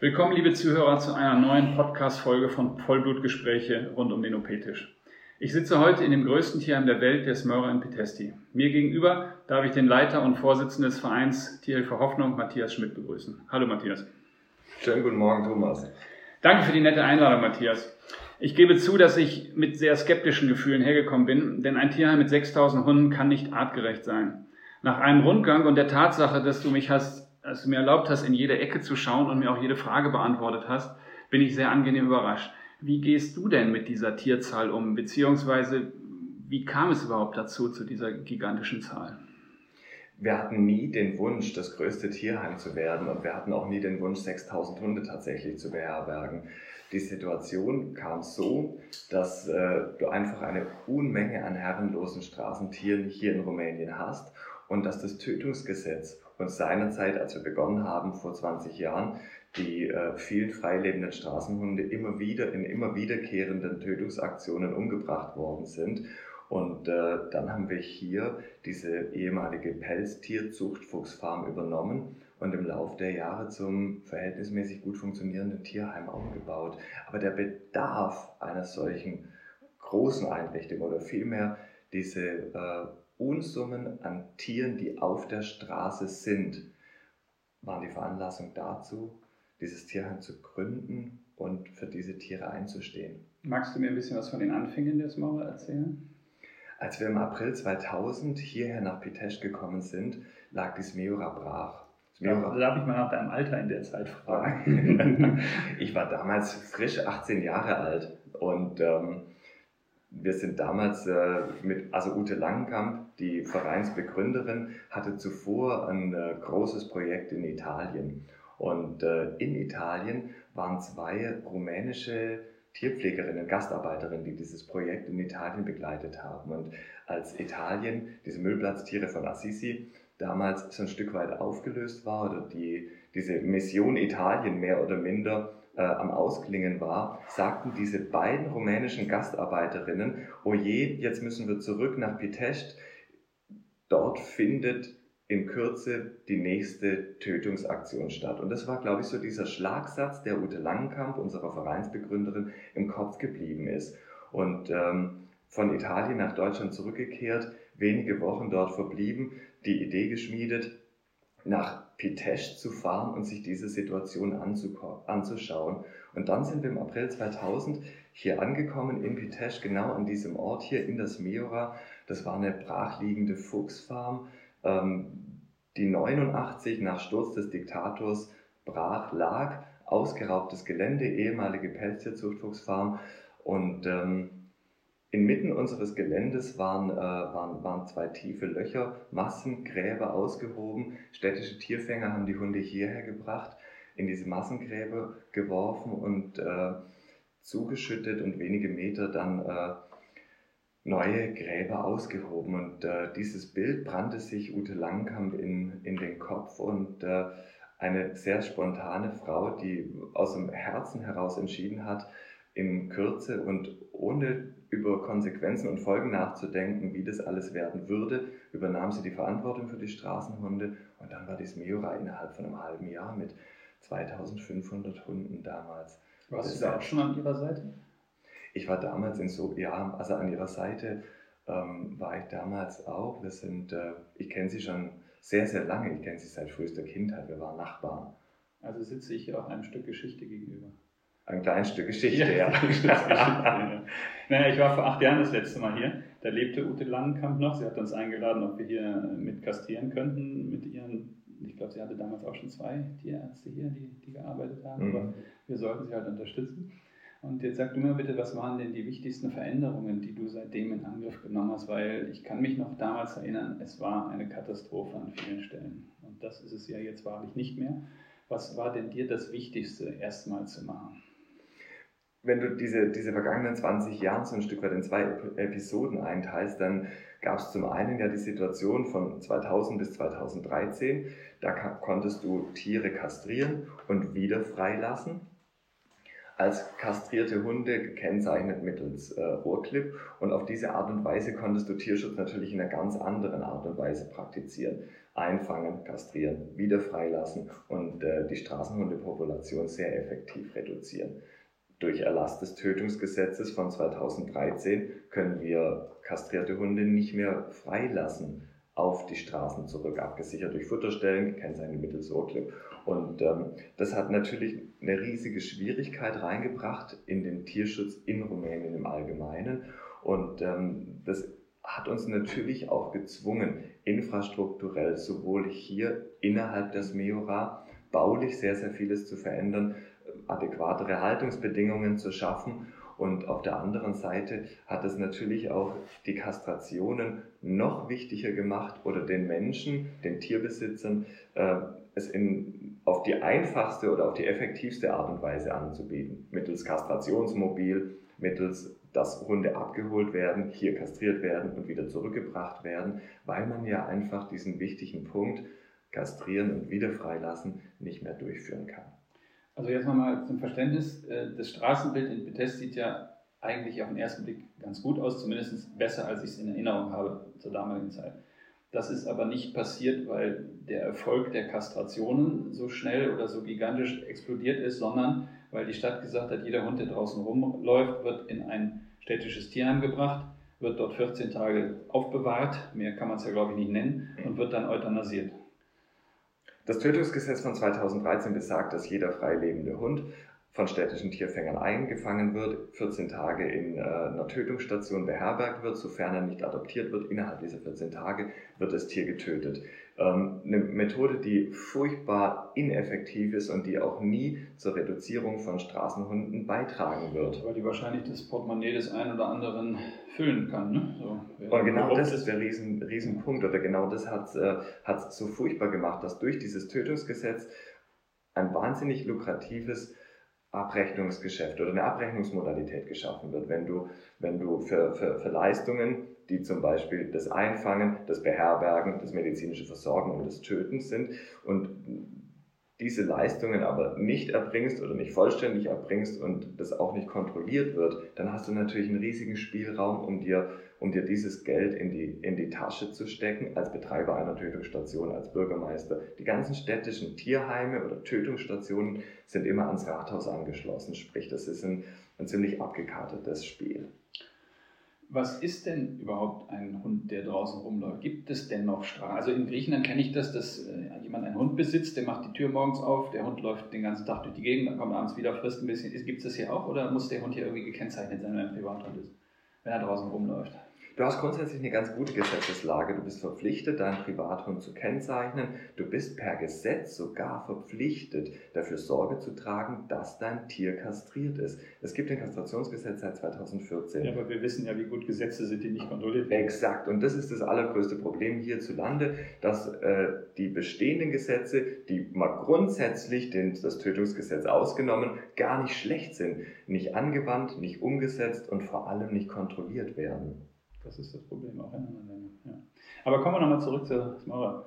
Willkommen, liebe Zuhörer, zu einer neuen Podcast-Folge von Vollblutgespräche rund um den OP-Tisch. Ich sitze heute in dem größten Tierheim der Welt, der Smörer in Pitești. Mir gegenüber darf ich den Leiter und Vorsitzenden des Vereins Tierhilfe Hoffnung, Matthias Schmidt, begrüßen. Hallo Matthias. Schönen guten Morgen, Thomas. Danke für die nette Einladung, Matthias. Ich gebe zu, dass ich mit sehr skeptischen Gefühlen hergekommen bin, denn ein Tierheim mit 6000 Hunden kann nicht artgerecht sein. Nach einem Rundgang und der Tatsache, dass du mir erlaubt hast, in jede Ecke zu schauen und mir auch jede Frage beantwortet hast, bin ich sehr angenehm überrascht. Wie gehst du denn mit dieser Tierzahl um, beziehungsweise wie kam es überhaupt dazu, zu dieser gigantischen Zahl? Wir hatten nie den Wunsch, das größte Tierheim zu werden, und wir hatten auch nie den Wunsch, 6000 Hunde tatsächlich zu beherbergen. Die Situation kam so, dass du einfach eine Unmenge an herrenlosen Straßentieren hier in Rumänien hast und dass das Tötungsgesetz uns seinerzeit, als wir begonnen haben, vor 20 Jahren, die vielen freilebenden Straßenhunde immer wiederkehrenden Tötungsaktionen umgebracht worden sind. Und dann haben wir hier diese ehemalige Pelztierzuchtfuchsfarm übernommen und im Laufe der Jahre zum verhältnismäßig gut funktionierenden Tierheim aufgebaut. Aber der Bedarf einer solchen großen Einrichtung oder vielmehr diese Unsummen an Tieren, die auf der Straße sind, waren die Veranlassung dazu, dieses Tierheim zu gründen und für diese Tiere einzustehen. Magst du mir ein bisschen was von den Anfängen der Smörer erzählen? Als wir im April 2000 hierher nach Pitești gekommen sind, lag die Smöra brach. Darf ich mal nach deinem Alter in der Zeit fragen? Ich war damals frisch 18 Jahre alt und wir sind damals Ute Langenkamp, die Vereinsbegründerin, hatte zuvor ein großes Projekt in Italien. Und in Italien waren 2 rumänische Tierpflegerinnen, Gastarbeiterinnen, die dieses Projekt in Italien begleitet haben. Und als Italien, diese Müllplatztiere von Assisi, damals so ein Stück weit aufgelöst war oder diese Mission Italien mehr oder minder am Ausklingen war, sagten diese beiden rumänischen Gastarbeiterinnen: Oh je, jetzt müssen wir zurück nach Pitești, dort findet in Kürze die nächste Tötungsaktion statt. Und das war, glaube ich, so dieser Schlagsatz, der Ute Langenkamp, unserer Vereinsbegründerin, im Kopf geblieben ist. Und von Italien nach Deutschland zurückgekehrt, wenige Wochen dort verblieben, die Idee geschmiedet, nach Pitești zu fahren und sich diese Situation anzuschauen. Und dann sind wir im April 2000 hier angekommen in Pitești, genau an diesem Ort hier in der Smöra. Das war eine brachliegende Fuchsfarm, die 89 nach Sturz des Diktators brach lag, ausgeraubtes Gelände, ehemalige Pelztierzuchtfuchsfarm, und inmitten unseres Geländes waren 2 tiefe Löcher, Massengräber ausgehoben. Städtische Tierfänger haben die Hunde hierher gebracht, in diese Massengräber geworfen und zugeschüttet und wenige Meter dann neue Gräber ausgehoben. Und dieses Bild brannte sich Ute Langenkamp in den Kopf, und eine sehr spontane Frau, die aus dem Herzen heraus entschieden hat, in Kürze und ohne über Konsequenzen und Folgen nachzudenken, wie das alles werden würde, übernahm sie die Verantwortung für die Straßenhunde, und dann war die Smöra innerhalb von einem halben Jahr mit 2500 Hunden damals. Warst du da auch schon an ihrer Seite? Ich war damals an ihrer Seite war ich damals auch. Ich kenne sie schon sehr, sehr lange. Ich kenne sie seit frühester Kindheit. Wir waren Nachbarn. Also sitze ich hier auch einem Stück Geschichte gegenüber. Ein kleines Stück Geschichte, ja. Naja, ich war vor 8 Jahren das letzte Mal hier. Da lebte Ute Langenkamp noch. Sie hat uns eingeladen, ob wir hier mit kastrieren könnten mit ihren. Ich glaube, sie hatte damals auch schon 2 Tierärzte hier, die gearbeitet haben. Aber wir sollten sie halt unterstützen. Und jetzt sag du mir bitte, was waren denn die wichtigsten Veränderungen, die du seitdem in Angriff genommen hast? Weil ich kann mich noch damals erinnern, es war eine Katastrophe an vielen Stellen. Und das ist es ja jetzt wahrlich nicht mehr. Was war denn dir das Wichtigste, erstmal zu machen? Wenn du diese vergangenen 20 Jahre so ein Stück weit in 2 Episoden einteilst, dann gab es zum einen ja die Situation von 2000 bis 2013. Da konntest du Tiere kastrieren und wieder freilassen. Als kastrierte Hunde gekennzeichnet mittels Ohrclip, und auf diese Art und Weise konntest du Tierschutz natürlich in einer ganz anderen Art und Weise praktizieren. einfangen, kastrieren, wieder freilassen und die Straßenhundepopulation sehr effektiv reduzieren. Durch Erlass des Tötungsgesetzes von 2013 können wir kastrierte Hunde nicht mehr freilassen auf die Straßen zurück, abgesichert durch Futterstellen, gekennzeichnet mittels Ohrclip. Und das hat natürlich eine riesige Schwierigkeit reingebracht in den Tierschutz in Rumänien im Allgemeinen. Und das hat uns natürlich auch gezwungen, infrastrukturell sowohl hier innerhalb des MEORA baulich sehr, sehr vieles zu verändern, adäquatere Haltungsbedingungen zu schaffen. Und auf der anderen Seite hat es natürlich auch die Kastrationen noch wichtiger gemacht oder den Menschen, den Tierbesitzern, es auf die einfachste oder auf die effektivste Art und Weise anzubieten. Mittels Kastrationsmobil, mittels, dass Hunde abgeholt werden, hier kastriert werden und wieder zurückgebracht werden, weil man ja einfach diesen wichtigen Punkt, kastrieren und wieder freilassen, nicht mehr durchführen kann. Also jetzt nochmal zum Verständnis, das Straßenbild in Betest sieht ja eigentlich auf den ersten Blick ganz gut aus, zumindest besser, als ich es in Erinnerung habe zur damaligen Zeit. Das ist aber nicht passiert, weil der Erfolg der Kastrationen so schnell oder so gigantisch explodiert ist, sondern weil die Stadt gesagt hat, jeder Hund, der draußen rumläuft, wird in ein städtisches Tierheim gebracht, wird dort 14 Tage aufbewahrt, mehr kann man es ja glaube ich nicht nennen, und wird dann euthanasiert. Das Tötungsgesetz von 2013 besagt, dass jeder freilebende Hund von städtischen Tierfängern eingefangen wird, 14 Tage in einer Tötungsstation beherbergt wird, sofern er nicht adoptiert wird. Innerhalb dieser 14 Tage wird das Tier getötet. Eine Methode, die furchtbar ineffektiv ist und die auch nie zur Reduzierung von Straßenhunden beitragen wird. Weil die wahrscheinlich das Portemonnaie des einen oder anderen füllen kann. Ne? So, und genau das ist der Riesenpunkt, oder genau das hat es so furchtbar gemacht, dass durch dieses Tötungsgesetz ein wahnsinnig lukratives Abrechnungsgeschäft oder eine Abrechnungsmodalität geschaffen wird. Wenn du für Leistungen, die zum Beispiel das Einfangen, das Beherbergen, das medizinische Versorgen und das Töten sind und diese Leistungen aber nicht erbringst oder nicht vollständig erbringst und das auch nicht kontrolliert wird, dann hast du natürlich einen riesigen Spielraum, um dir dieses Geld in die Tasche zu stecken, als Betreiber einer Tötungsstation, als Bürgermeister. Die ganzen städtischen Tierheime oder Tötungsstationen sind immer ans Rathaus angeschlossen, sprich, das ist ein ziemlich abgekartetes Spiel. Was ist denn überhaupt ein Hund, der draußen rumläuft? Gibt es denn noch Strafen? Also in Griechenland kenne ich das, dass jemand einen Hund besitzt, der macht die Tür morgens auf, der Hund läuft den ganzen Tag durch die Gegend, dann kommt abends wieder, frisst ein bisschen. Gibt es das hier auch oder muss der Hund hier irgendwie gekennzeichnet sein, wenn er ein Privathund ist, wenn er draußen rumläuft? Du hast grundsätzlich eine ganz gute Gesetzeslage. Du bist verpflichtet, deinen Privathund zu kennzeichnen. Du bist per Gesetz sogar verpflichtet, dafür Sorge zu tragen, dass dein Tier kastriert ist. Es gibt ein Kastrationsgesetz seit 2014. Ja, aber wir wissen ja, wie gut Gesetze sind, die nicht kontrolliert werden. Exakt. Und das ist das allergrößte Problem hierzulande, dass die bestehenden Gesetze, die mal grundsätzlich das Tötungsgesetz ausgenommen, gar nicht schlecht sind. Nicht angewandt, nicht umgesetzt und vor allem nicht kontrolliert werden. Das ist das Problem auch in anderen Ländern. Ja. Aber kommen wir nochmal zurück zur Smora.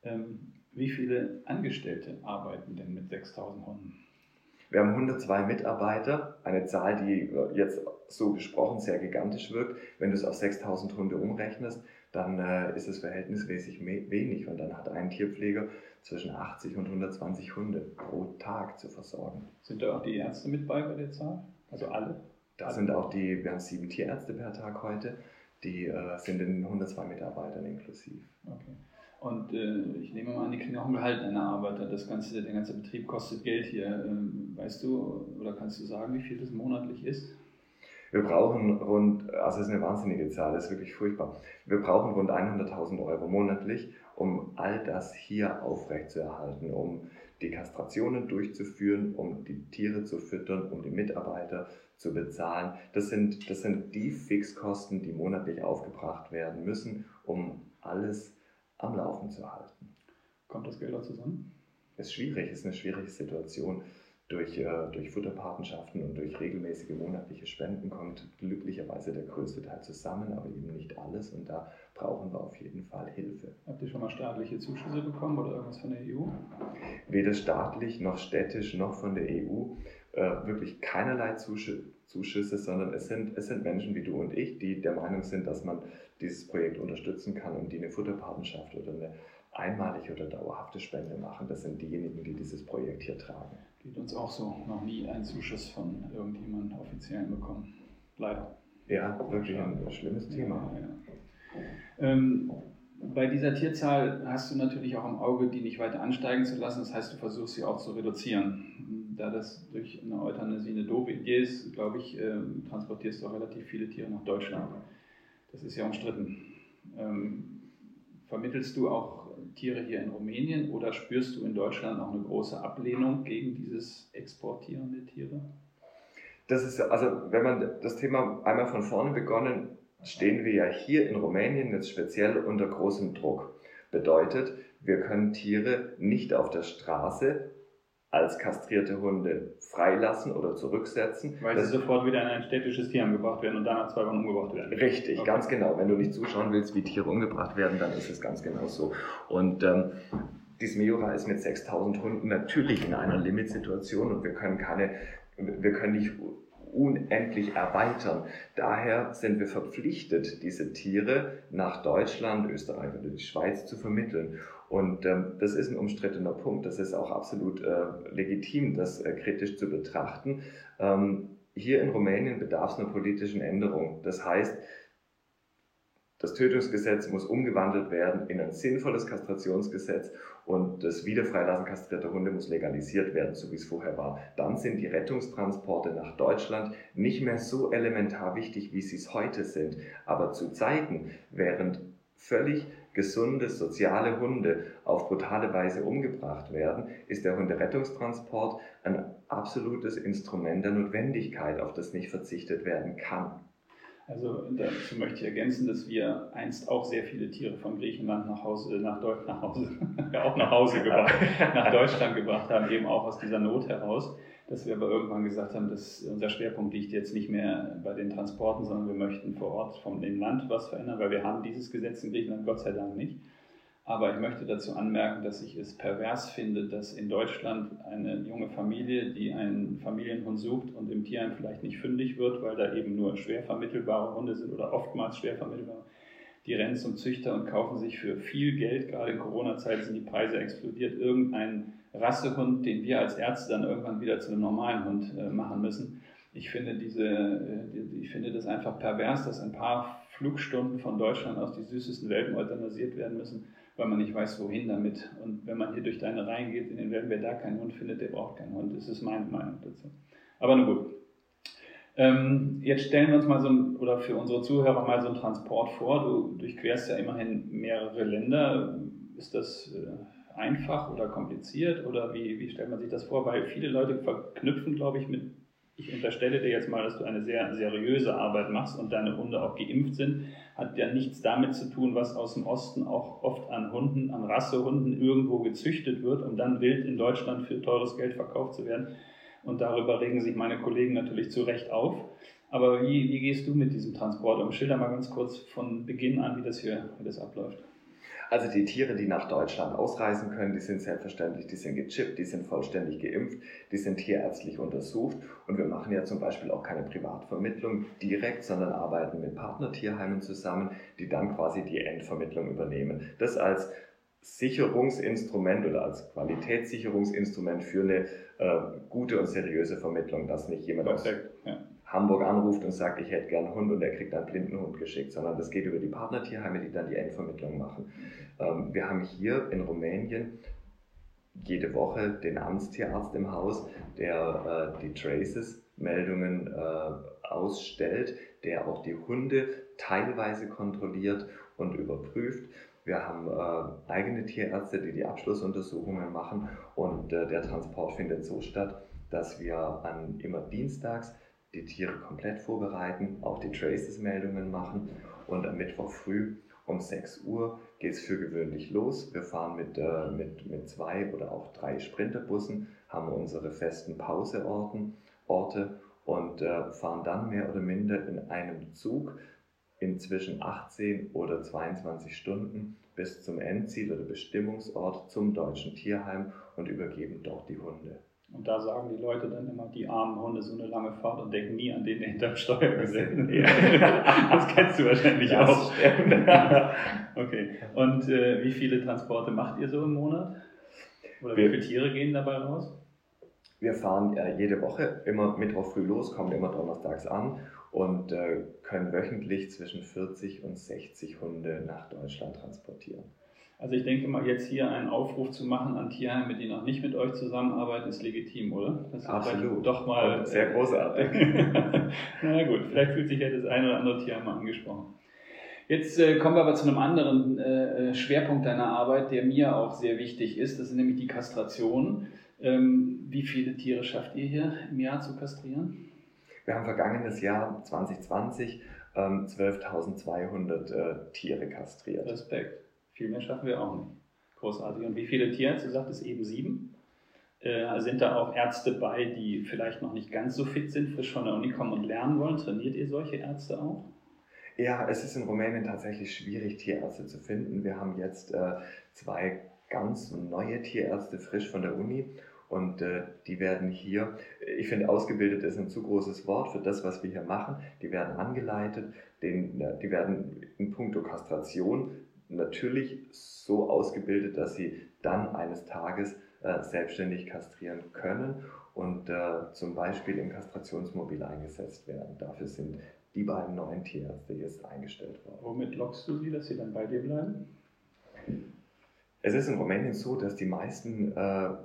Wie viele Angestellte arbeiten denn mit 6.000 Hunden? Wir haben 102 Mitarbeiter, eine Zahl, die jetzt so gesprochen sehr gigantisch wirkt. Wenn du es auf 6.000 Hunde umrechnest, dann ist es verhältnismäßig wenig. Und dann hat ein Tierpfleger zwischen 80 und 120 Hunde pro Tag zu versorgen. Sind da auch die Ärzte mit bei der Zahl? Also alle? Wir haben 7 Tierärzte per Tag heute. Die sind in 102 Mitarbeitern inklusiv. Okay. Und ich nehme mal an, die kriegen auch ein Gehalt einer Arbeiter. Der ganze Betrieb kostet Geld hier. Weißt du oder kannst du sagen, wie viel das monatlich ist? Wir brauchen also es ist eine wahnsinnige Zahl, das ist wirklich furchtbar. Wir brauchen rund 100.000 Euro monatlich, um all das hier aufrechtzuerhalten, um die Kastrationen durchzuführen, um die Tiere zu füttern, um die Mitarbeiter zu bezahlen. Das sind die Fixkosten, die monatlich aufgebracht werden müssen, um alles am Laufen zu halten. Kommt das Geld auch zusammen? Es ist schwierig, es ist eine schwierige Situation. Durch Futterpatenschaften und durch regelmäßige monatliche Spenden kommt glücklicherweise der größte Teil zusammen, aber eben nicht alles und da brauchen wir auf jeden Fall Hilfe. Habt ihr schon mal staatliche Zuschüsse bekommen oder irgendwas von der EU? Weder staatlich noch städtisch noch von der EU. Wirklich keinerlei Zuschüsse, sondern es sind Menschen wie du und ich, die der Meinung sind, dass man dieses Projekt unterstützen kann und die eine Futterpatenschaft oder einmalig oder dauerhafte Spende machen. Das sind diejenigen, die dieses Projekt hier tragen. Geht uns auch so. Noch nie einen Zuschuss von irgendjemandem offiziell bekommen. Leider. Ja, wirklich ein schlimmes Thema. Ja. Bei dieser Tierzahl hast du natürlich auch im Auge, die nicht weiter ansteigen zu lassen. Das heißt, du versuchst sie auch zu reduzieren. Da das durch eine Euthanasie eine doofe Idee ist, glaube ich, transportierst du auch relativ viele Tiere nach Deutschland. Das ist ja umstritten. Vermittelst du auch Tiere hier in Rumänien oder spürst du in Deutschland auch eine große Ablehnung gegen dieses Exportieren der Tiere? Das ist, also wenn man das Thema einmal von vorne begonnen, stehen wir ja hier in Rumänien jetzt speziell unter großem Druck. Bedeutet, wir können Tiere nicht auf der Straße als kastrierte Hunde freilassen oder zurücksetzen. Weil sie sofort wieder in ein städtisches Tierheim gebracht werden und dann nach 2 Wochen umgebracht werden. Richtig, okay. Ganz genau. Wenn du nicht zuschauen willst, wie Tiere umgebracht werden, dann ist es ganz genau so. Und die Smiura ist mit 6.000 Hunden natürlich in einer Limitsituation und wir können nicht unendlich erweitern. Daher sind wir verpflichtet, diese Tiere nach Deutschland, Österreich oder die Schweiz zu vermitteln. Und das ist ein umstrittener Punkt. Das ist auch absolut legitim, das kritisch zu betrachten. Hier in Rumänien bedarf es einer politischen Änderung. Das heißt, das Tötungsgesetz muss umgewandelt werden in ein sinnvolles Kastrationsgesetz und das Wiederfreilassen kastrierter Hunde muss legalisiert werden, so wie es vorher war. Dann sind die Rettungstransporte nach Deutschland nicht mehr so elementar wichtig, wie sie es heute sind. Aber zu Zeiten, während völlig gesunde, soziale Hunde auf brutale Weise umgebracht werden, ist der Hunderettungstransport ein absolutes Instrument der Notwendigkeit, auf das nicht verzichtet werden kann. Also dazu möchte ich ergänzen, dass wir einst auch sehr viele Tiere von Griechenland nach Deutschland gebracht haben, eben auch aus dieser Not heraus, dass wir aber irgendwann gesagt haben, dass unser Schwerpunkt liegt jetzt nicht mehr bei den Transporten, sondern wir möchten vor Ort vom Land was verändern, weil wir haben dieses Gesetz in Griechenland Gott sei Dank nicht. Aber ich möchte dazu anmerken, dass ich es pervers finde, dass in Deutschland eine junge Familie, die einen Familienhund sucht und im Tierheim vielleicht nicht fündig wird, weil da eben nur schwer vermittelbare Hunde sind oder oftmals schwer vermittelbare, die rennen zum Züchter und kaufen sich für viel Geld, gerade in Corona-Zeit sind die Preise explodiert, irgendeinen Rassehund, den wir als Ärzte dann irgendwann wieder zu einem normalen Hund machen müssen. Ich finde das einfach pervers, dass ein paar Flugstunden von Deutschland aus die süßesten Welpen euthanasiert werden müssen, weil man nicht weiß, wohin damit. Und wenn man hier durch deine Reihen geht in den Wäldern, wer da keinen Hund findet, der braucht keinen Hund. Das ist meine Meinung dazu. Aber nun gut. Jetzt stellen wir uns mal oder für unsere Zuhörer mal so einen Transport vor. Du durchquerst ja immerhin mehrere Länder. Ist das einfach oder kompliziert oder wie stellt man sich das vor? Weil viele Leute verknüpfen, glaube ich, ich unterstelle dir jetzt mal, dass du eine sehr seriöse Arbeit machst und deine Hunde auch geimpft sind, hat ja nichts damit zu tun, was aus dem Osten auch oft an Hunden, an Rassehunden irgendwo gezüchtet wird, um dann wild in Deutschland für teures Geld verkauft zu werden. Und darüber regen sich meine Kollegen natürlich zu Recht auf. Aber wie gehst du mit diesem Transport um? Schilder mal ganz kurz von Beginn an, wie das abläuft. Also die Tiere, die nach Deutschland ausreisen können, die sind selbstverständlich, die sind gechippt, die sind vollständig geimpft, die sind tierärztlich untersucht und wir machen ja zum Beispiel auch keine Privatvermittlung direkt, sondern arbeiten mit Partnertierheimen zusammen, die dann quasi die Endvermittlung übernehmen. Das als Sicherungsinstrument oder als Qualitätssicherungsinstrument für eine gute und seriöse Vermittlung, dass nicht jemand aus Hamburg anruft und sagt, ich hätte gern einen Hund und er kriegt einen blinden Hund geschickt, sondern das geht über die Partnertierheime, die dann die Endvermittlung machen. Wir haben hier in Rumänien jede Woche den Amtstierarzt im Haus, der die Traces-Meldungen ausstellt, der auch die Hunde teilweise kontrolliert und überprüft. Wir haben eigene Tierärzte, die die Abschlussuntersuchungen machen und der Transport findet so statt, dass wir immer dienstags die Tiere komplett vorbereiten, auch die Traces-Meldungen machen und am Mittwoch früh um 6 Uhr geht es für gewöhnlich los. Wir fahren mit 2 oder auch 3 Sprinterbussen, haben unsere festen Pauseorte und fahren dann mehr oder minder in einem Zug in zwischen 18 oder 22 Stunden bis zum Endziel oder Bestimmungsort zum Deutschen Tierheim und übergeben dort die Hunde. Und da sagen die Leute dann immer, die armen Hunde, so eine lange Fahrt und denken nie an den, der hinterm Steuer gesessen ist. Das kennst du wahrscheinlich das auch. Stimmt. Okay. Und wie viele Transporte macht ihr so im Monat? Oder wie viele Tiere gehen dabei raus? Wir fahren jede Woche immer Mittwoch früh los, kommen immer donnerstags an und können wöchentlich zwischen 40 und 60 Hunde nach Deutschland transportieren. Also ich denke mal, jetzt hier einen Aufruf zu machen an Tierheime, die noch nicht mit euch zusammenarbeiten, ist legitim, oder? Das ist absolut. Doch mal und sehr großartig. Na gut, vielleicht fühlt sich ja das eine oder andere Tierheim mal angesprochen. Jetzt kommen wir aber zu einem anderen Schwerpunkt deiner Arbeit, der mir auch sehr wichtig ist. Das ist nämlich die Kastration. Wie viele Tiere schafft ihr hier im Jahr zu kastrieren? Wir haben vergangenes Jahr 2020 12.200 Tiere kastriert. Respekt. Viel mehr schaffen wir auch nicht. Großartig. Und wie viele Tierärzte, du sagtest eben 7? Sind da auch Ärzte bei, die vielleicht noch nicht ganz so fit sind, frisch von der Uni kommen und lernen wollen? Trainiert ihr solche Ärzte auch? Ja, es ist in Rumänien tatsächlich schwierig, Tierärzte zu finden. Wir haben jetzt 2 ganz neue Tierärzte frisch von der Uni und die werden hier, ich finde ausgebildet ist ein zu großes Wort für das, was wir hier machen, die werden angeleitet, die werden in puncto Kastration natürlich so ausgebildet, dass sie dann eines Tages selbstständig kastrieren können und zum Beispiel im Kastrationsmobil eingesetzt werden. Dafür sind die beiden neuen Tierärzte jetzt eingestellt worden. Womit lockst du sie, dass sie dann bei dir bleiben? Es ist in Rumänien so, dass die meisten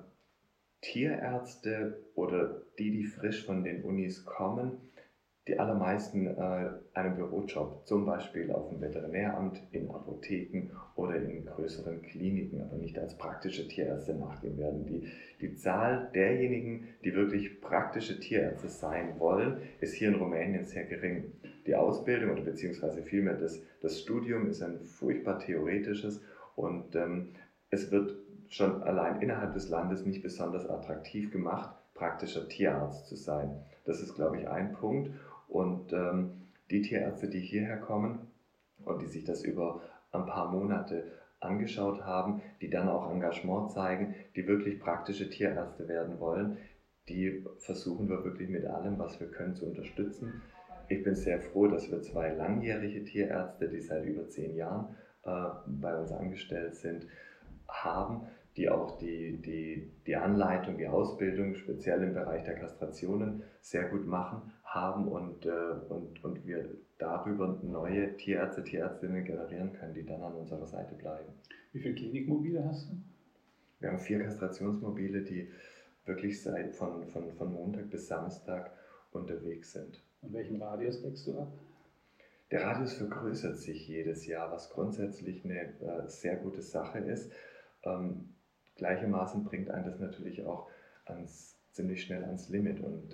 Tierärzte oder die frisch von den Unis kommen, die allermeisten einen Bürojob, zum Beispiel auf dem Veterinäramt, in Apotheken oder in größeren Kliniken, aber nicht als praktische Tierärzte nachgehen werden. Die Zahl derjenigen, die wirklich praktische Tierärzte sein wollen, ist hier in Rumänien sehr gering. Die Ausbildung oder beziehungsweise vielmehr das Studium ist ein furchtbar theoretisches und es wird schon allein innerhalb des Landes nicht besonders attraktiv gemacht, praktischer Tierarzt zu sein. Das ist, glaube ich, ein Punkt. Und die Tierärzte, die hierher kommen und die sich das über ein paar Monate angeschaut haben, die dann auch Engagement zeigen, die wirklich praktische Tierärzte werden wollen, die versuchen wir wirklich mit allem, was wir können, zu unterstützen. Ich bin sehr froh, dass wir 2 langjährige Tierärzte, die seit über 10 Jahren bei uns angestellt sind, haben, die auch die Anleitung, die Ausbildung, speziell im Bereich der Kastrationen, sehr gut machen, haben und wir darüber neue Tierärzte, Tierärztinnen generieren können, die dann an unserer Seite bleiben. Wie viele Klinikmobile hast du? Wir haben 4 Kastrationsmobile, die wirklich von Montag bis Samstag unterwegs sind. Und welchen Radius deckst du ab? Der Radius vergrößert sich jedes Jahr, was grundsätzlich eine sehr gute Sache ist. Gleichermaßen bringt einen das natürlich auch ziemlich schnell ans Limit und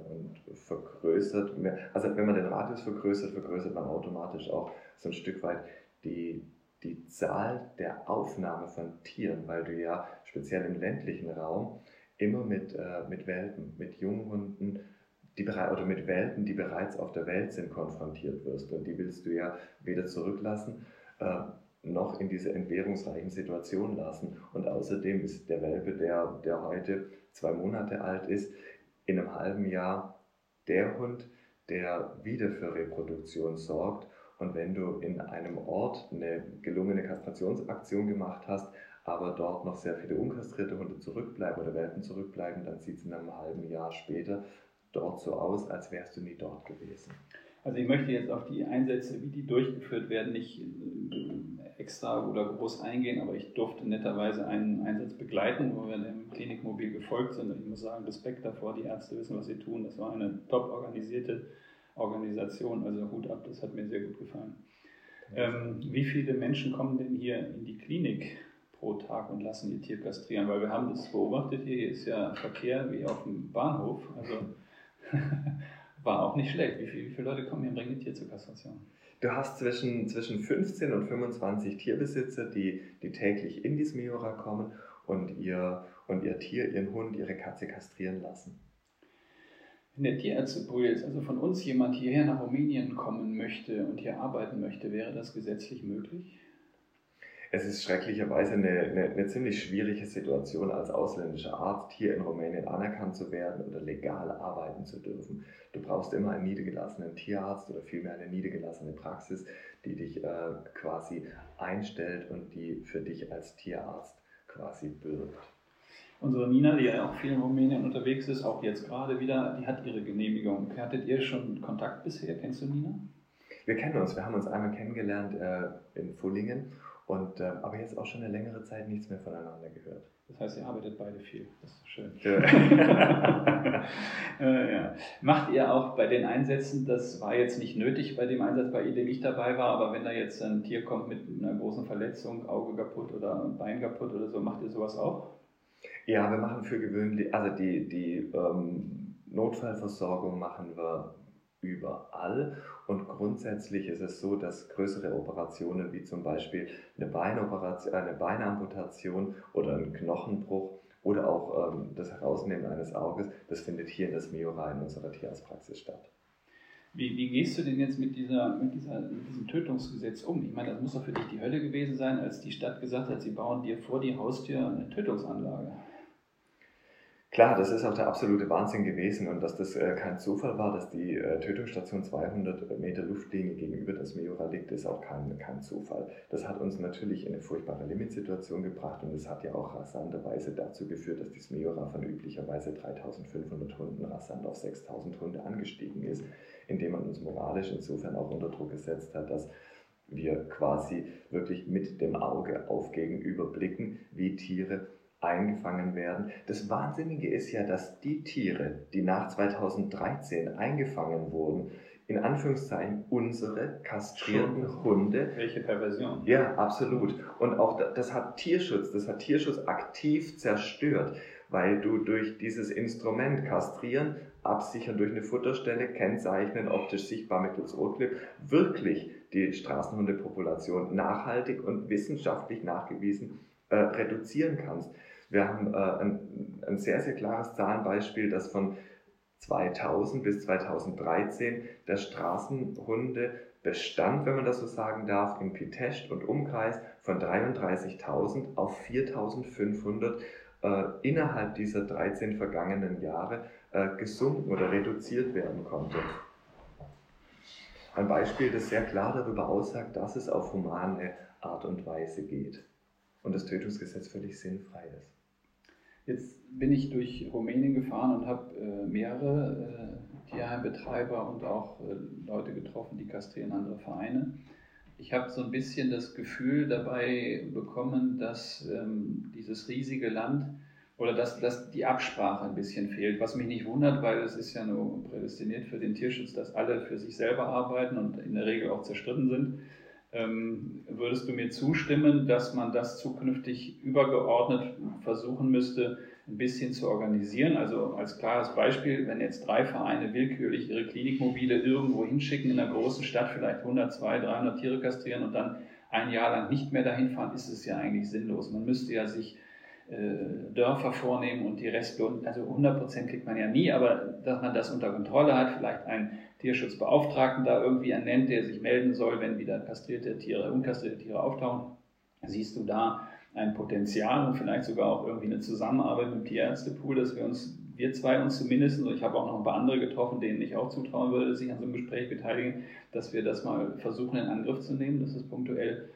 vergrößert. Also wenn man den Radius vergrößert, vergrößert man automatisch auch so ein Stück weit die Zahl der Aufnahme von Tieren, weil du ja speziell im ländlichen Raum immer mit Welpen, mit Junghunden, oder mit Welpen, die bereits auf der Welt sind, konfrontiert wirst. Und die willst du ja weder zurücklassen, noch in diese entbehrungsreichen Situation lassen. Und außerdem ist der Welpe, der heute 2 Monate alt ist, in einem halben Jahr der Hund, der wieder für Reproduktion sorgt. Und wenn du in einem Ort eine gelungene Kastrationsaktion gemacht hast, aber dort noch sehr viele unkastrierte Hunde zurückbleiben oder Welpen zurückbleiben, dann sieht es in einem halben Jahr später dort so aus, als wärst du nie dort gewesen. Also ich möchte jetzt auf die Einsätze, wie die durchgeführt werden, nicht extra oder groß eingehen, aber ich durfte netterweise einen Einsatz begleiten, wo wir dem Klinikmobil gefolgt sind. Und ich muss sagen, Respekt davor, die Ärzte wissen, was sie tun. Das war eine top organisierte Organisation, also Hut ab, das hat mir sehr gut gefallen. Wie viele Menschen kommen denn hier in die Klinik pro Tag und lassen ihr Tier kastrieren? Weil wir haben das beobachtet, hier ist ja Verkehr wie auf dem Bahnhof, also war auch nicht schlecht. Wie viele Leute kommen hier und bringen ihr Tier zur Kastration? Du hast zwischen 15 und 25 Tierbesitzer, die täglich in das Miura kommen und ihr Tier, ihren Hund, ihre Katze kastrieren lassen. Wenn der Tierärztepool jetzt also von uns jemand hierher nach Rumänien kommen möchte und hier arbeiten möchte, wäre das gesetzlich möglich? Es ist schrecklicherweise eine ziemlich schwierige Situation, als ausländischer Arzt hier in Rumänien anerkannt zu werden oder legal arbeiten zu dürfen. Du brauchst immer einen niedergelassenen Tierarzt oder vielmehr eine niedergelassene Praxis, die dich quasi einstellt und die für dich als Tierarzt quasi bürgt. Unsere Nina, die ja auch viel in Rumänien unterwegs ist, auch jetzt gerade wieder, die hat ihre Genehmigung. Hattet ihr schon Kontakt bisher? Kennst du Nina? Wir kennen uns, wir haben uns einmal kennengelernt in Fullingen und aber jetzt auch schon eine längere Zeit nichts mehr voneinander gehört. Das heißt, ihr arbeitet beide viel, das ist schön. Ja. Ja. Macht ihr auch bei den Einsätzen, das war jetzt nicht nötig bei dem Einsatz, bei dem ich dabei war, aber wenn da jetzt ein Tier kommt mit einer großen Verletzung, Auge kaputt oder Bein kaputt oder so, macht ihr sowas auch? Ja, wir machen für gewöhnlich, also die Notfallversorgung machen wir überall und grundsätzlich ist es so, dass größere Operationen wie zum Beispiel eine Beinamputation oder ein Knochenbruch oder auch das Herausnehmen eines Auges, das findet hier in der SMIORA in unserer Tierarztpraxis statt. Wie gehst du denn jetzt mit diesem Tötungsgesetz um? Ich meine, das muss doch für dich die Hölle gewesen sein, als die Stadt gesagt hat, sie bauen dir vor die Haustür eine Tötungsanlage. Klar, das ist auch der absolute Wahnsinn gewesen und dass das kein Zufall war, dass die Tötungsstation 200 Meter Luftlinie gegenüber der SMIORA liegt, ist auch kein Zufall. Das hat uns natürlich in eine furchtbare Limitsituation gebracht und es hat ja auch rasanterweise dazu geführt, dass die SMIORA von üblicherweise 3.500 Hunden rasant auf 6.000 Hunde angestiegen ist, indem man uns moralisch insofern auch unter Druck gesetzt hat, dass wir quasi wirklich mit dem Auge auf Gegenüber blicken, wie Tiere eingefangen werden. Das Wahnsinnige ist ja, dass die Tiere, die nach 2013 eingefangen wurden, in Anführungszeichen unsere kastrierten Hunde. Welche Perversion? Ja, absolut. Und auch das hat Tierschutz aktiv zerstört, weil du durch dieses Instrument kastrieren, absichern durch eine Futterstelle, kennzeichnen, optisch sichtbar mittels Rotclip, wirklich die Straßenhundepopulation nachhaltig und wissenschaftlich nachgewiesen reduzieren kannst. Wir haben ein sehr, sehr klares Zahlenbeispiel, dass von 2000 bis 2013 der Straßenhundebestand, wenn man das so sagen darf, in Pitești und Umkreis von 33.000 auf 4.500 innerhalb dieser 13 vergangenen Jahre gesunken oder reduziert werden konnte. Ein Beispiel, das sehr klar darüber aussagt, dass es auf humane Art und Weise geht und das Tötungsgesetz völlig sinnfrei ist. Jetzt bin ich durch Rumänien gefahren und habe mehrere Tierheimbetreiber und auch Leute getroffen, die kastrieren andere Vereine. Ich habe so ein bisschen das Gefühl dabei bekommen, dass dieses riesige Land oder dass die Absprache ein bisschen fehlt, was mich nicht wundert, weil es ist ja nur prädestiniert für den Tierschutz, dass alle für sich selber arbeiten und in der Regel auch zerstritten sind. Würdest du mir zustimmen, dass man das zukünftig übergeordnet versuchen müsste, ein bisschen zu organisieren? Also als klares Beispiel, wenn jetzt 3 Vereine willkürlich ihre Klinikmobile irgendwo hinschicken, in einer großen Stadt vielleicht 100, 200, 300 Tiere kastrieren und dann ein Jahr lang nicht mehr dahin fahren, ist es ja eigentlich sinnlos. Man müsste ja sich Dörfer vornehmen und die Restlohn, also 100% kriegt man ja nie, aber dass man das unter Kontrolle hat, vielleicht einen Tierschutzbeauftragten da irgendwie ernennt, der sich melden soll, wenn wieder unkastrierte Tiere auftauchen. Siehst du da ein Potenzial und vielleicht sogar auch irgendwie eine Zusammenarbeit mit dem Tierärztepool, dass wir zwei uns zumindest, und ich habe auch noch ein paar andere getroffen, denen ich auch zutrauen würde, dass sich an so einem Gespräch beteiligen, dass wir das mal versuchen in Angriff zu nehmen, dass es punktuell,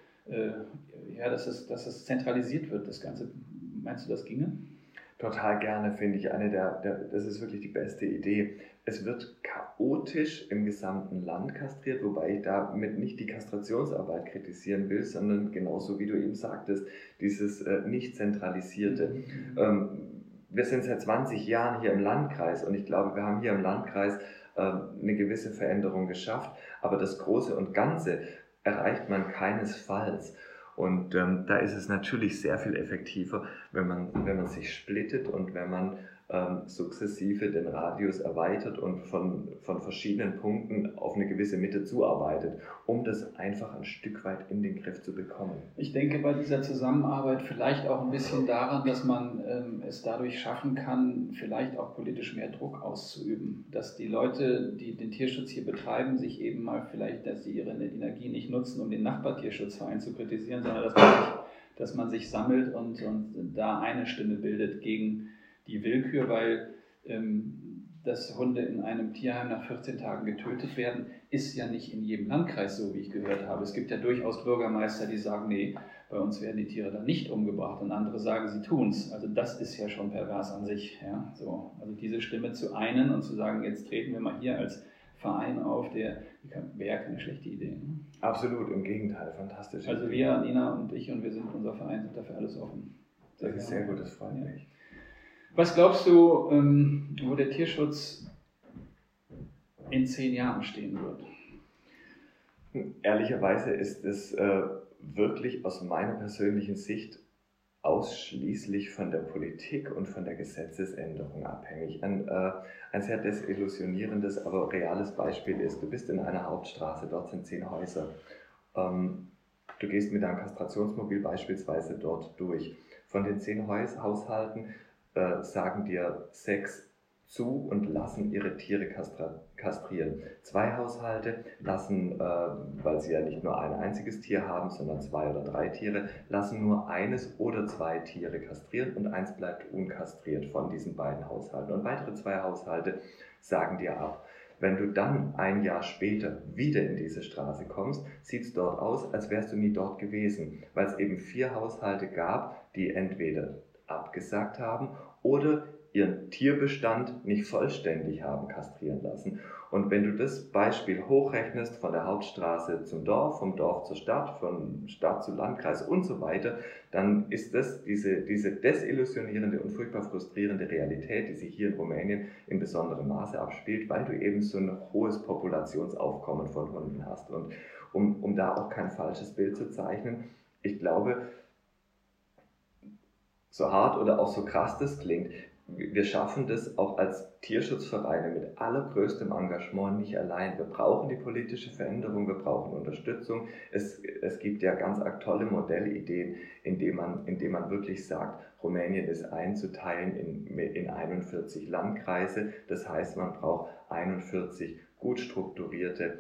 dass es zentralisiert wird, das Ganze. Meinst du, das ginge? Total gerne, finde ich. Das ist wirklich die beste Idee. Es wird chaotisch im gesamten Land kastriert, wobei ich damit nicht die Kastrationsarbeit kritisieren will, sondern genauso wie du eben sagtest, dieses nicht zentralisierte. Wir sind seit 20 Jahren hier im Landkreis und ich glaube, wir haben hier im Landkreis eine gewisse Veränderung geschafft, aber das Große und Ganze erreicht man keinesfalls. Und da ist es natürlich sehr viel effektiver, wenn man sich splittet und wenn man sukzessive den Radius erweitert und von verschiedenen Punkten auf eine gewisse Mitte zuarbeitet, um das einfach ein Stück weit in den Griff zu bekommen. Ich denke bei dieser Zusammenarbeit vielleicht auch ein bisschen daran, dass man es dadurch schaffen kann, vielleicht auch politisch mehr Druck auszuüben. Dass die Leute, die den Tierschutz hier betreiben, sich eben mal vielleicht, dass sie ihre Energie nicht nutzen, um den Nachbartierschutzverein zu kritisieren, sondern dass man sich dass man sich sammelt und da eine Stimme bildet gegen die Willkür, weil dass Hunde in einem Tierheim nach 14 Tagen getötet werden, ist ja nicht in jedem Landkreis so, wie ich gehört habe. Es gibt ja durchaus Bürgermeister, die sagen, nee, bei uns werden die Tiere dann nicht umgebracht, und andere sagen, sie tun es. Also das ist ja schon pervers an sich. Ja? So, also diese Stimme zu einen und zu sagen, jetzt treten wir mal hier als Verein auf, wäre ja keine schlechte Idee. Ne? Absolut, im Gegenteil, fantastisch. Also wir, Nina und ich, und unser Verein sind dafür alles offen. Das ist sehr gut, das freut mich. Was glaubst du, wo der Tierschutz in 10 Jahren stehen wird? Ehrlicherweise ist es wirklich aus meiner persönlichen Sicht ausschließlich von der Politik und von der Gesetzesänderung abhängig. Ein sehr desillusionierendes, aber reales Beispiel ist, du bist in einer Hauptstraße, dort sind 10 Häuser. Du gehst mit deinem Kastrationsmobil beispielsweise dort durch. Von den 10 Haushalten sagen dir 6 zu und lassen ihre Tiere kastrieren. 2 Haushalte lassen, weil sie ja nicht nur ein einziges Tier haben, sondern 2 oder 3 Tiere, lassen nur eines oder 2 Tiere kastrieren und eins bleibt unkastriert von diesen beiden Haushalten. Und weitere 2 Haushalte sagen dir ab. Wenn du dann ein Jahr später wieder in diese Straße kommst, sieht es dort aus, als wärst du nie dort gewesen, weil es eben 4 Haushalte gab, die entweder abgesagt haben oder ihren Tierbestand nicht vollständig haben kastrieren lassen. Und wenn du das Beispiel hochrechnest von der Hauptstraße zum Dorf, vom Dorf zur Stadt, von Stadt zu Landkreis und so weiter, dann ist das diese desillusionierende und furchtbar frustrierende Realität, die sich hier in Rumänien in besonderem Maße abspielt, weil du eben so ein hohes Populationsaufkommen von Hunden hast. Und um da auch kein falsches Bild zu zeichnen, ich glaube, so hart oder auch so krass das klingt, wir schaffen das auch als Tierschutzvereine mit allergrößtem Engagement nicht allein. Wir brauchen die politische Veränderung, wir brauchen Unterstützung. Es gibt ja ganz tolle Modellideen, indem man wirklich sagt, Rumänien ist einzuteilen in 41 Landkreise. Das heißt, man braucht 41 gut strukturierte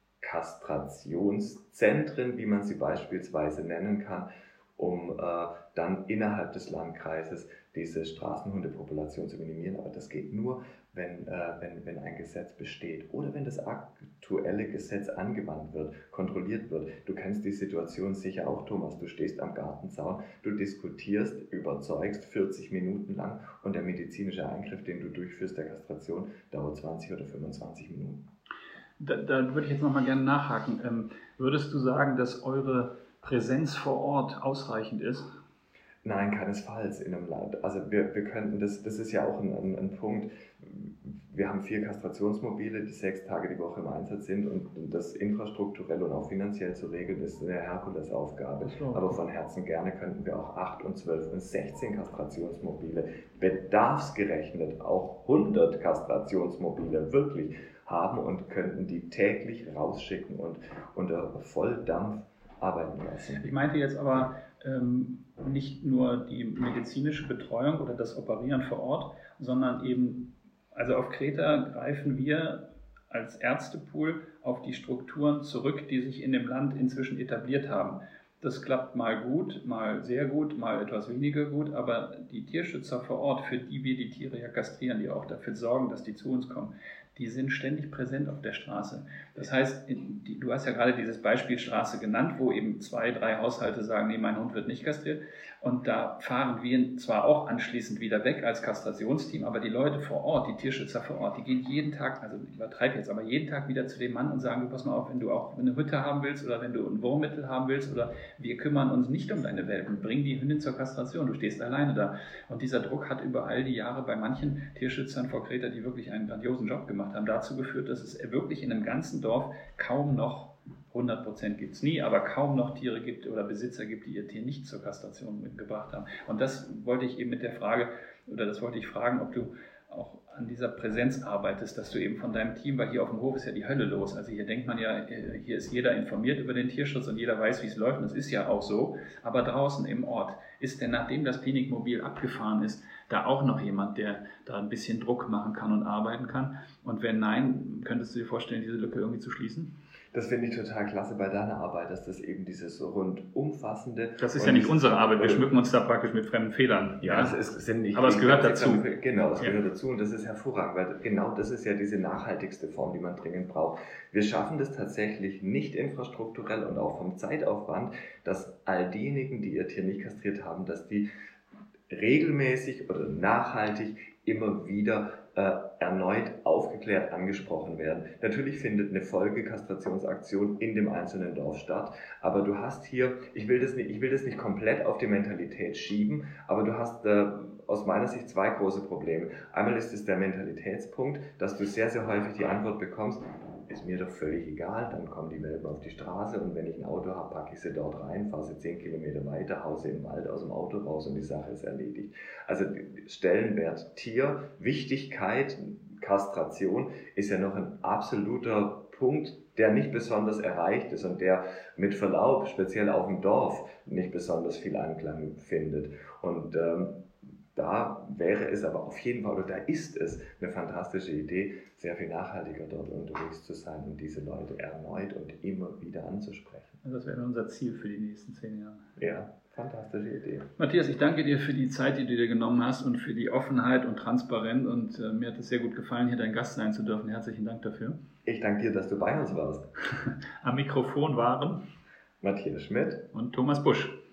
Kastrationszentren, wie man sie beispielsweise nennen kann, um dann innerhalb des Landkreises diese Straßenhundepopulation zu minimieren. Aber das geht nur, wenn ein Gesetz besteht oder wenn das aktuelle Gesetz angewandt wird, kontrolliert wird. Du kennst die Situation sicher auch, Thomas. Du stehst am Gartenzaun, du diskutierst, überzeugst 40 Minuten lang und der medizinische Eingriff, den du durchführst, der Kastration, dauert 20 oder 25 Minuten. Da würde ich jetzt nochmal gerne nachhaken. Würdest du sagen, dass eure Präsenz vor Ort ausreichend ist? Nein, keinesfalls in einem Land. Also wir könnten, das ist ja auch ein Punkt, wir haben 4 Kastrationsmobile, die 6 Tage die Woche im Einsatz sind, und das infrastrukturell und auch finanziell zu regeln, ist eine Herkulesaufgabe. Aber von Herzen gerne könnten wir auch 8 und 12 und 16 Kastrationsmobile, bedarfsgerechnet auch 100 Kastrationsmobile wirklich haben und könnten die täglich rausschicken und unter Volldampf arbeiten lassen. Ich meinte jetzt aber nicht nur die medizinische Betreuung oder das Operieren vor Ort, sondern eben, also auf Kreta greifen wir als Ärztepool auf die Strukturen zurück, die sich in dem Land inzwischen etabliert haben. Das klappt mal gut, mal sehr gut, mal etwas weniger gut, aber die Tierschützer vor Ort, für die wir die Tiere ja kastrieren, die auch dafür sorgen, dass die zu uns kommen, die sind ständig präsent auf der Straße. Das heißt, du hast ja gerade dieses Beispiel Straße genannt, wo eben 2, 3 Haushalte sagen, nee, mein Hund wird nicht kastriert. Und da fahren wir zwar auch anschließend wieder weg als Kastrationsteam, aber die Leute vor Ort, die Tierschützer vor Ort, die gehen jeden Tag, also ich übertreibe jetzt, aber jeden Tag wieder zu dem Mann und sagen, pass mal auf, wenn du auch eine Hütte haben willst oder wenn du ein Wurmmittel haben willst oder wir kümmern uns nicht um deine Welpen, bring die Hündin zur Kastration, du stehst alleine da. Und dieser Druck hat über all die Jahre bei manchen Tierschützern vor Kreta, die wirklich einen grandiosen Job gemacht haben, dazu geführt, dass es wirklich in einem ganzen Dorf kaum noch, 100% gibt es nie, aber kaum noch Tiere gibt oder Besitzer gibt, die ihr Tier nicht zur Kastration mitgebracht haben. Und das wollte ich eben mit der Frage, oder das wollte ich fragen, ob du auch an dieser Präsenz arbeitest, dass du eben von deinem Team, weil hier auf dem Hof ist ja die Hölle los. Also hier denkt man ja, hier ist jeder informiert über den Tierschutz und jeder weiß, wie es läuft. Und das ist ja auch so. Aber draußen im Ort, ist denn nachdem das Klinikmobil abgefahren ist, da auch noch jemand, der da ein bisschen Druck machen kann und arbeiten kann? Und wenn nein, könntest du dir vorstellen, diese Lücke irgendwie zu schließen? Das finde ich total klasse bei deiner Arbeit, dass das eben dieses rundumfassende... Das ist ja nicht unsere Arbeit, wir schmücken uns da praktisch mit fremden Federn. Ja, sind nicht, aber es gehört dazu. Genau, es gehört dazu und das ist hervorragend, weil genau das ist ja diese nachhaltigste Form, die man dringend braucht. Wir schaffen das tatsächlich nicht infrastrukturell und auch vom Zeitaufwand, dass all diejenigen, die ihr Tier nicht kastriert haben, dass die regelmäßig oder nachhaltig immer wieder erneut aufgeklärt angesprochen werden. Natürlich findet eine Folgekastrationsaktion in dem einzelnen Dorf statt, aber du hast hier, ich will das nicht komplett auf die Mentalität schieben, aber du hast aus meiner Sicht zwei große Probleme. Einmal ist es der Mentalitätspunkt, dass du sehr, sehr häufig die Antwort bekommst, ist mir doch völlig egal, dann kommen die Welpen auf die Straße und wenn ich ein Auto habe, packe ich sie dort rein, fahre sie 10 Kilometer weiter, hau sie im Wald aus dem Auto raus und die Sache ist erledigt. Also Stellenwert Tier, Wichtigkeit, Kastration ist ja noch ein absoluter Punkt, der nicht besonders erreicht ist und der mit Verlaub, speziell auf dem Dorf, nicht besonders viel Anklang findet. Und da wäre es aber auf jeden Fall, oder da ist es eine fantastische Idee, sehr viel nachhaltiger dort unterwegs zu sein und diese Leute erneut und immer wieder anzusprechen. Das wäre unser Ziel für die nächsten 10 Jahre. Ja, fantastische Idee. Matthias, ich danke dir für die Zeit, die du dir genommen hast und für die Offenheit und Transparenz und mir hat es sehr gut gefallen, hier dein Gast sein zu dürfen. Herzlichen Dank dafür. Ich danke dir, dass du bei uns warst. Am Mikrofon waren Matthias Schmidt und Thomas Busch.